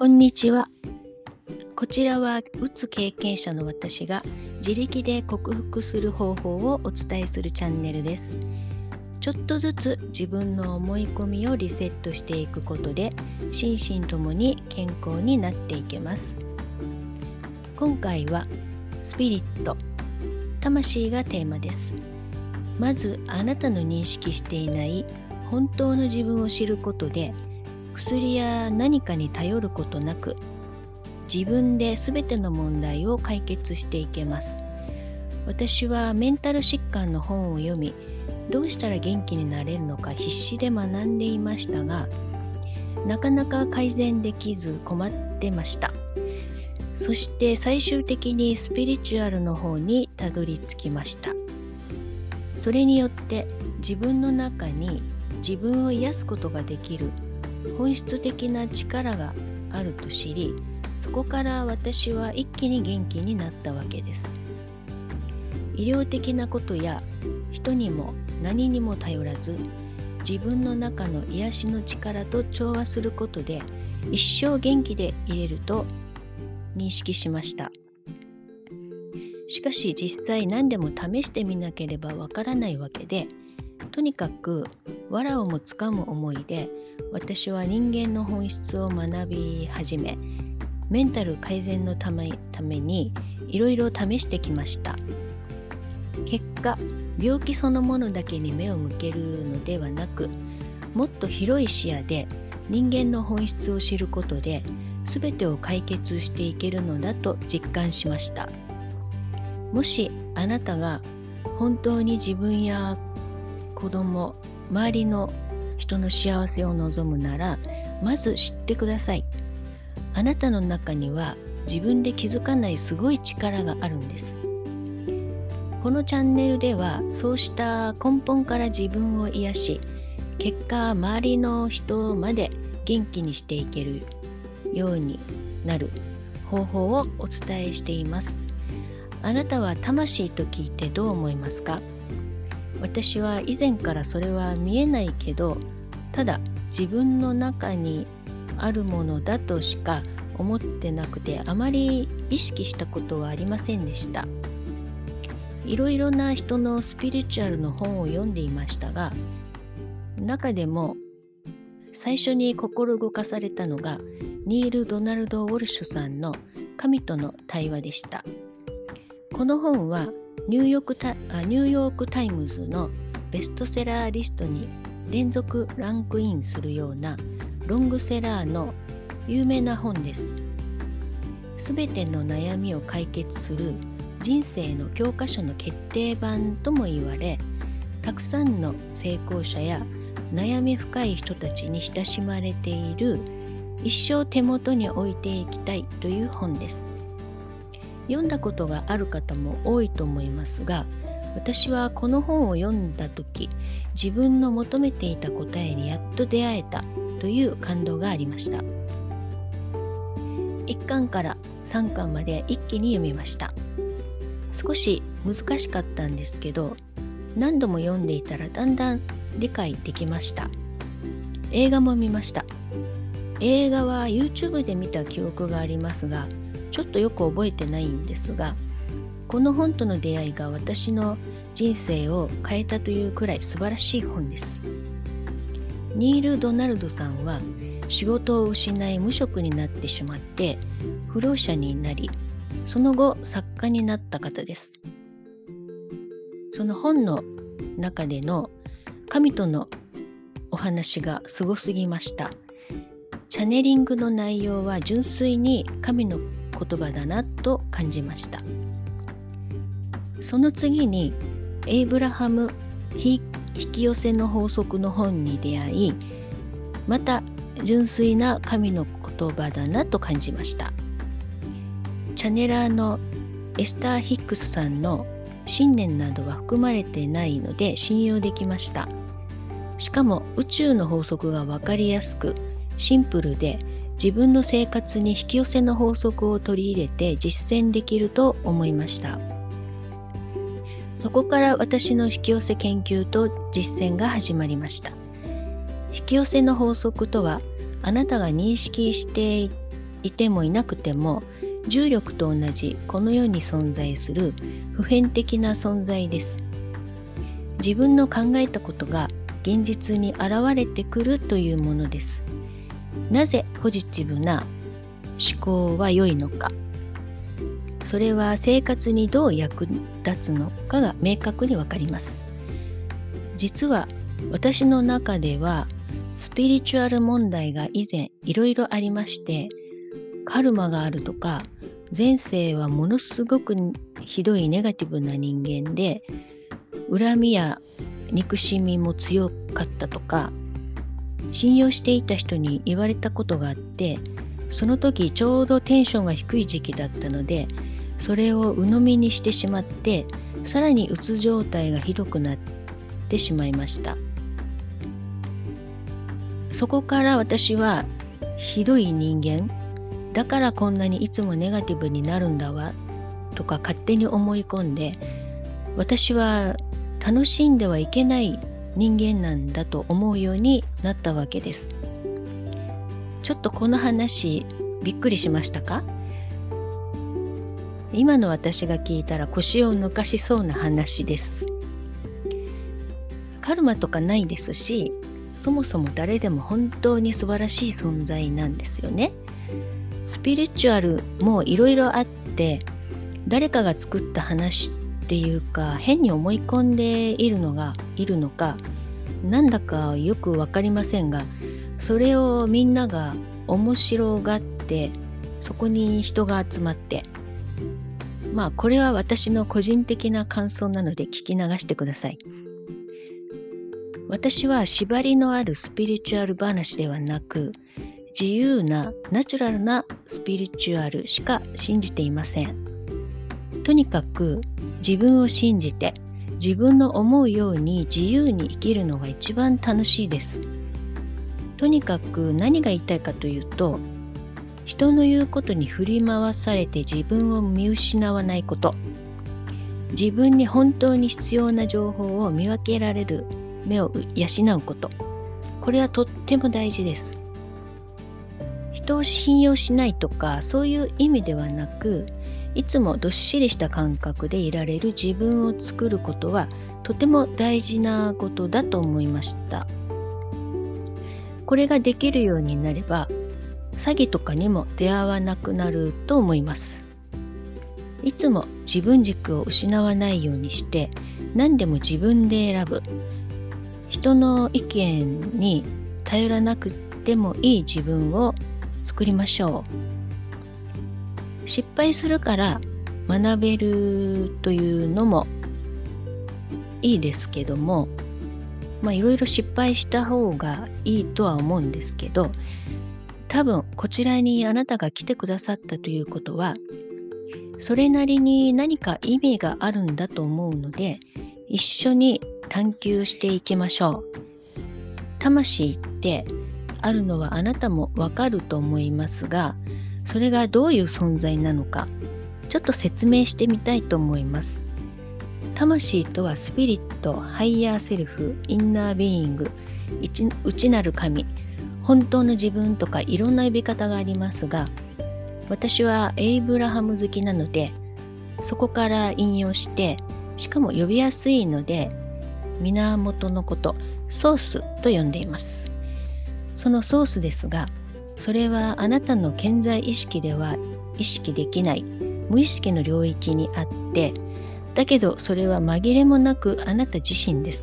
こんにちは。こちらはうつ経験者の私が自力で克服する方法をお伝えするチャンネルです。ちょっとずつ自分の思い込みをリセットしていくことで心身ともに健康になっていけます。今回はスピリット、魂がテーマです。まずあなたの認識していない本当の自分を知ることで、薬や何かに頼ることなく自分で全ての問題を解決していけます。私はメンタル疾患の本を読み、どうしたら元気になれるのか必死で学んでいましたが、なかなか改善できず困ってました。そして最終的にスピリチュアルの方にたどり着きました。それによって自分の中に自分を癒すことができる本質的な力があると知り、そこから私は一気に元気になったわけです。医療的なことや人にも何にも頼らず、自分の中の癒しの力と調和することで一生元気でいれると認識しました。しかし実際何でも試してみなければわからないわけで、とにかく藁をもつかむ思いで私は人間の本質を学び始め、メンタル改善のためにいろいろ試してきました。結果、病気そのものだけに目を向けるのではなく、もっと広い視野で人間の本質を知ることで全てを解決していけるのだと実感しました。もしあなたが本当に自分や子供、周りの人の幸せを望むなら、まず知ってください。あなたの中には自分で気づかないすごい力があるんです。このチャンネルではそうした根本から自分を癒し、結果周りの人まで元気にしていけるようになる方法をお伝えしています。あなたは魂と聞いてどう思いますか？私は以前からそれは見えないけど、ただ自分の中にあるものだとしか思ってなくて、あまり意識したことはありませんでした。いろいろな人のスピリチュアルの本を読んでいましたが、中でも最初に心動かされたのがニール・ドナルド・ウォルシュさんの神との対話でした。この本はニューヨークタイムズのベストセラーリストに連続ランクインするようなロングセラーの有名な本です。すべての悩みを解決する人生の教科書の決定版とも言われ、たくさんの成功者や悩み深い人たちに親しまれている、一生手元に置いていきたいという本です。読んだことがある方も多いと思いますが、私はこの本を読んだ時、自分の求めていた答えにやっと出会えたという感動がありました。1巻から3巻まで一気に読みました。少し難しかったんですけど、何度も読んでいたらだんだん理解できました。映画も見ました。映画は YouTube で見た記憶がありますが、ちょっとよく覚えてないんですが、この本との出会いが私の人生を変えたというくらい素晴らしい本です。ニール・ドナルドさんは仕事を失い無職になってしまって不老者になり、その後作家になった方です。その本の中での神とのお話がすごすぎました。チャネリングの内容は純粋に神の言葉だなと感じました。その次にエイブラハム引き寄せの法則の本に出会い、また純粋な神の言葉だなと感じました。チャネラーのエスター・ヒックスさんの信念などは含まれてないので信用できました。しかも宇宙の法則が分かりやすくシンプルで、自分の生活に引き寄せの法則を取り入れて実践できると思いました。そこから私の引き寄せ研究と実践が始まりました。引き寄せの法則とは、あなたが認識していてもいなくても重力と同じこの世に存在する普遍的な存在です。自分の考えたことが現実に現れてくるというものです。なぜポジティブな思考は良いのか、それは生活にどう役立つのかが明確にわかります。実は私の中ではスピリチュアル問題が以前いろいろありまして、カルマがあるとか、前世はものすごくひどいネガティブな人間で恨みや憎しみも強かったとか、信用していた人に言われたことがあって、その時ちょうどテンションが低い時期だったので、それを鵜呑みにしてしまって、さらにうつ状態がひどくなってしまいました。そこから私はひどい人間だからこんなにいつもネガティブになるんだわとか勝手に思い込んで、私は楽しんではいけない人間なんだと思うようになったわけです。ちょっとこの話びっくりしましたか？今の私が聞いたら腰を抜かしそうな話です。カルマとかないですし、そもそも誰でも本当に素晴らしい存在なんですよね。スピリチュアルもいろいろあって、誰かが作った話っていうか変に思い込んでいるのかなんだかよくわかりませんが、それをみんなが面白がってそこに人が集まって、これは私の個人的な感想なので聞き流してください。私は縛りのあるスピリチュアル話ではなく、自由なナチュラルなスピリチュアルしか信じていません。とにかく自分を信じて自分の思うように自由に生きるのが一番楽しいです。とにかく何が言いたいかというと、人の言うことに振り回されて自分を見失わないこと、自分に本当に必要な情報を見分けられる目を養うこと、これはとっても大事です。人を信用しないとかそういう意味ではなく、いつもどっしりした感覚でいられる自分を作ることはとても大事なことだと思いました。これができるようになれば詐欺とかにも出会わなくなると思います。いつも自分軸を失わないようにして何でも自分で選ぶ、人の意見に頼らなくてもいい自分を作りましょう。失敗するから学べるというのもいいですけども、いろいろ失敗した方がいいとは思うんですけど、多分こちらにあなたが来てくださったということはそれなりに何か意味があるんだと思うので、一緒に探求していきましょう。魂ってあるのはあなたもわかると思いますが、それがどういう存在なのかちょっと説明してみたいと思います。魂とはスピリット、ハイヤーセルフ、インナービーイング、内なる神、本当の自分とかいろんな呼び方がありますが、私はエイブラハム好きなのでそこから引用して、しかも呼びやすいので源のこと、ソースと呼んでいます。そのソースですが、それはあなたの顕在意識では意識できない無意識の領域にあって、だけどそれは紛れもなくあなた自身です。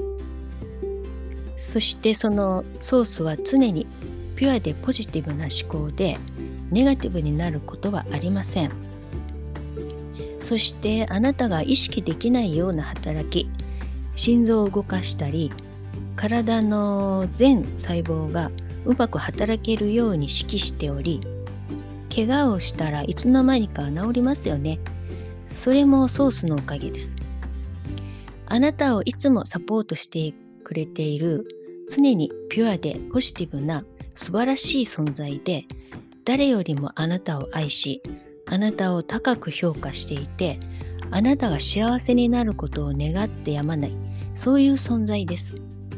そしてそのソースは常にピュアでポジティブな思考でネガティブになることはありません。そしてあなたが意識できないような働き、心臓を動かしたり体の全細胞がうまく働けるように指揮しており、怪我をしたらいつの間にか治りますよね。それもソースのおかげです。あなたをいつもサポートしてくれている常にピュアでポジティブな素晴らしい存在で、誰よりもあなたを愛し、あなたを高く評価していて、あなたが幸せになることを願ってやまない、そういう存在です。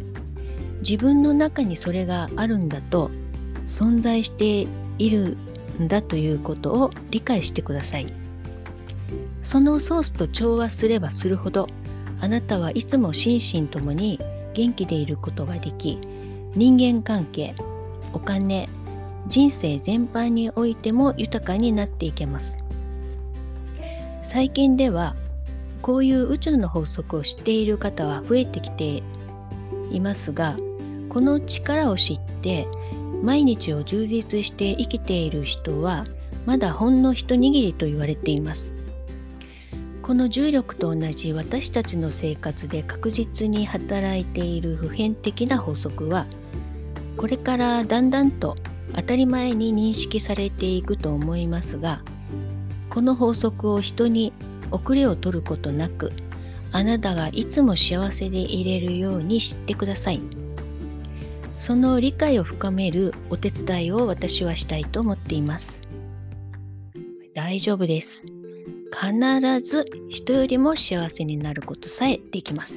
自分の中にそれがあるんだと、存在しているんだということを理解してください。そのソースと調和すればするほど、あなたはいつも心身ともに元気でいることができ、人間関係、お金、人生全般においても豊かになっていけます。最近ではこういう宇宙の法則を知っている方は増えてきていますが、この力を知って毎日を充実して生きている人はまだほんの一握りと言われています。この重力と同じ私たちの生活で確実に働いている普遍的な法則は、これからだんだんと当たり前に認識されていくと思いますが、この法則を人に遅れを取ることなく、あなたがいつも幸せでいれるように知ってください。その理解を深めるお手伝いを私はしたいと思っています。大丈夫です。必ず人よりも幸せになることさえできます。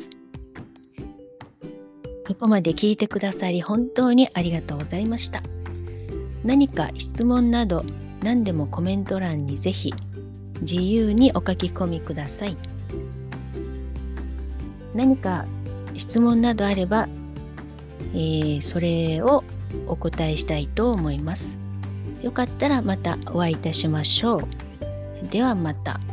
ここまで聞いてくださり本当にありがとうございました。何か質問など何でもコメント欄にぜひ自由にお書き込みください。何か質問などあれば、それをお答えしたいと思います。よかったらまたお会いいたしましょう。ではまた。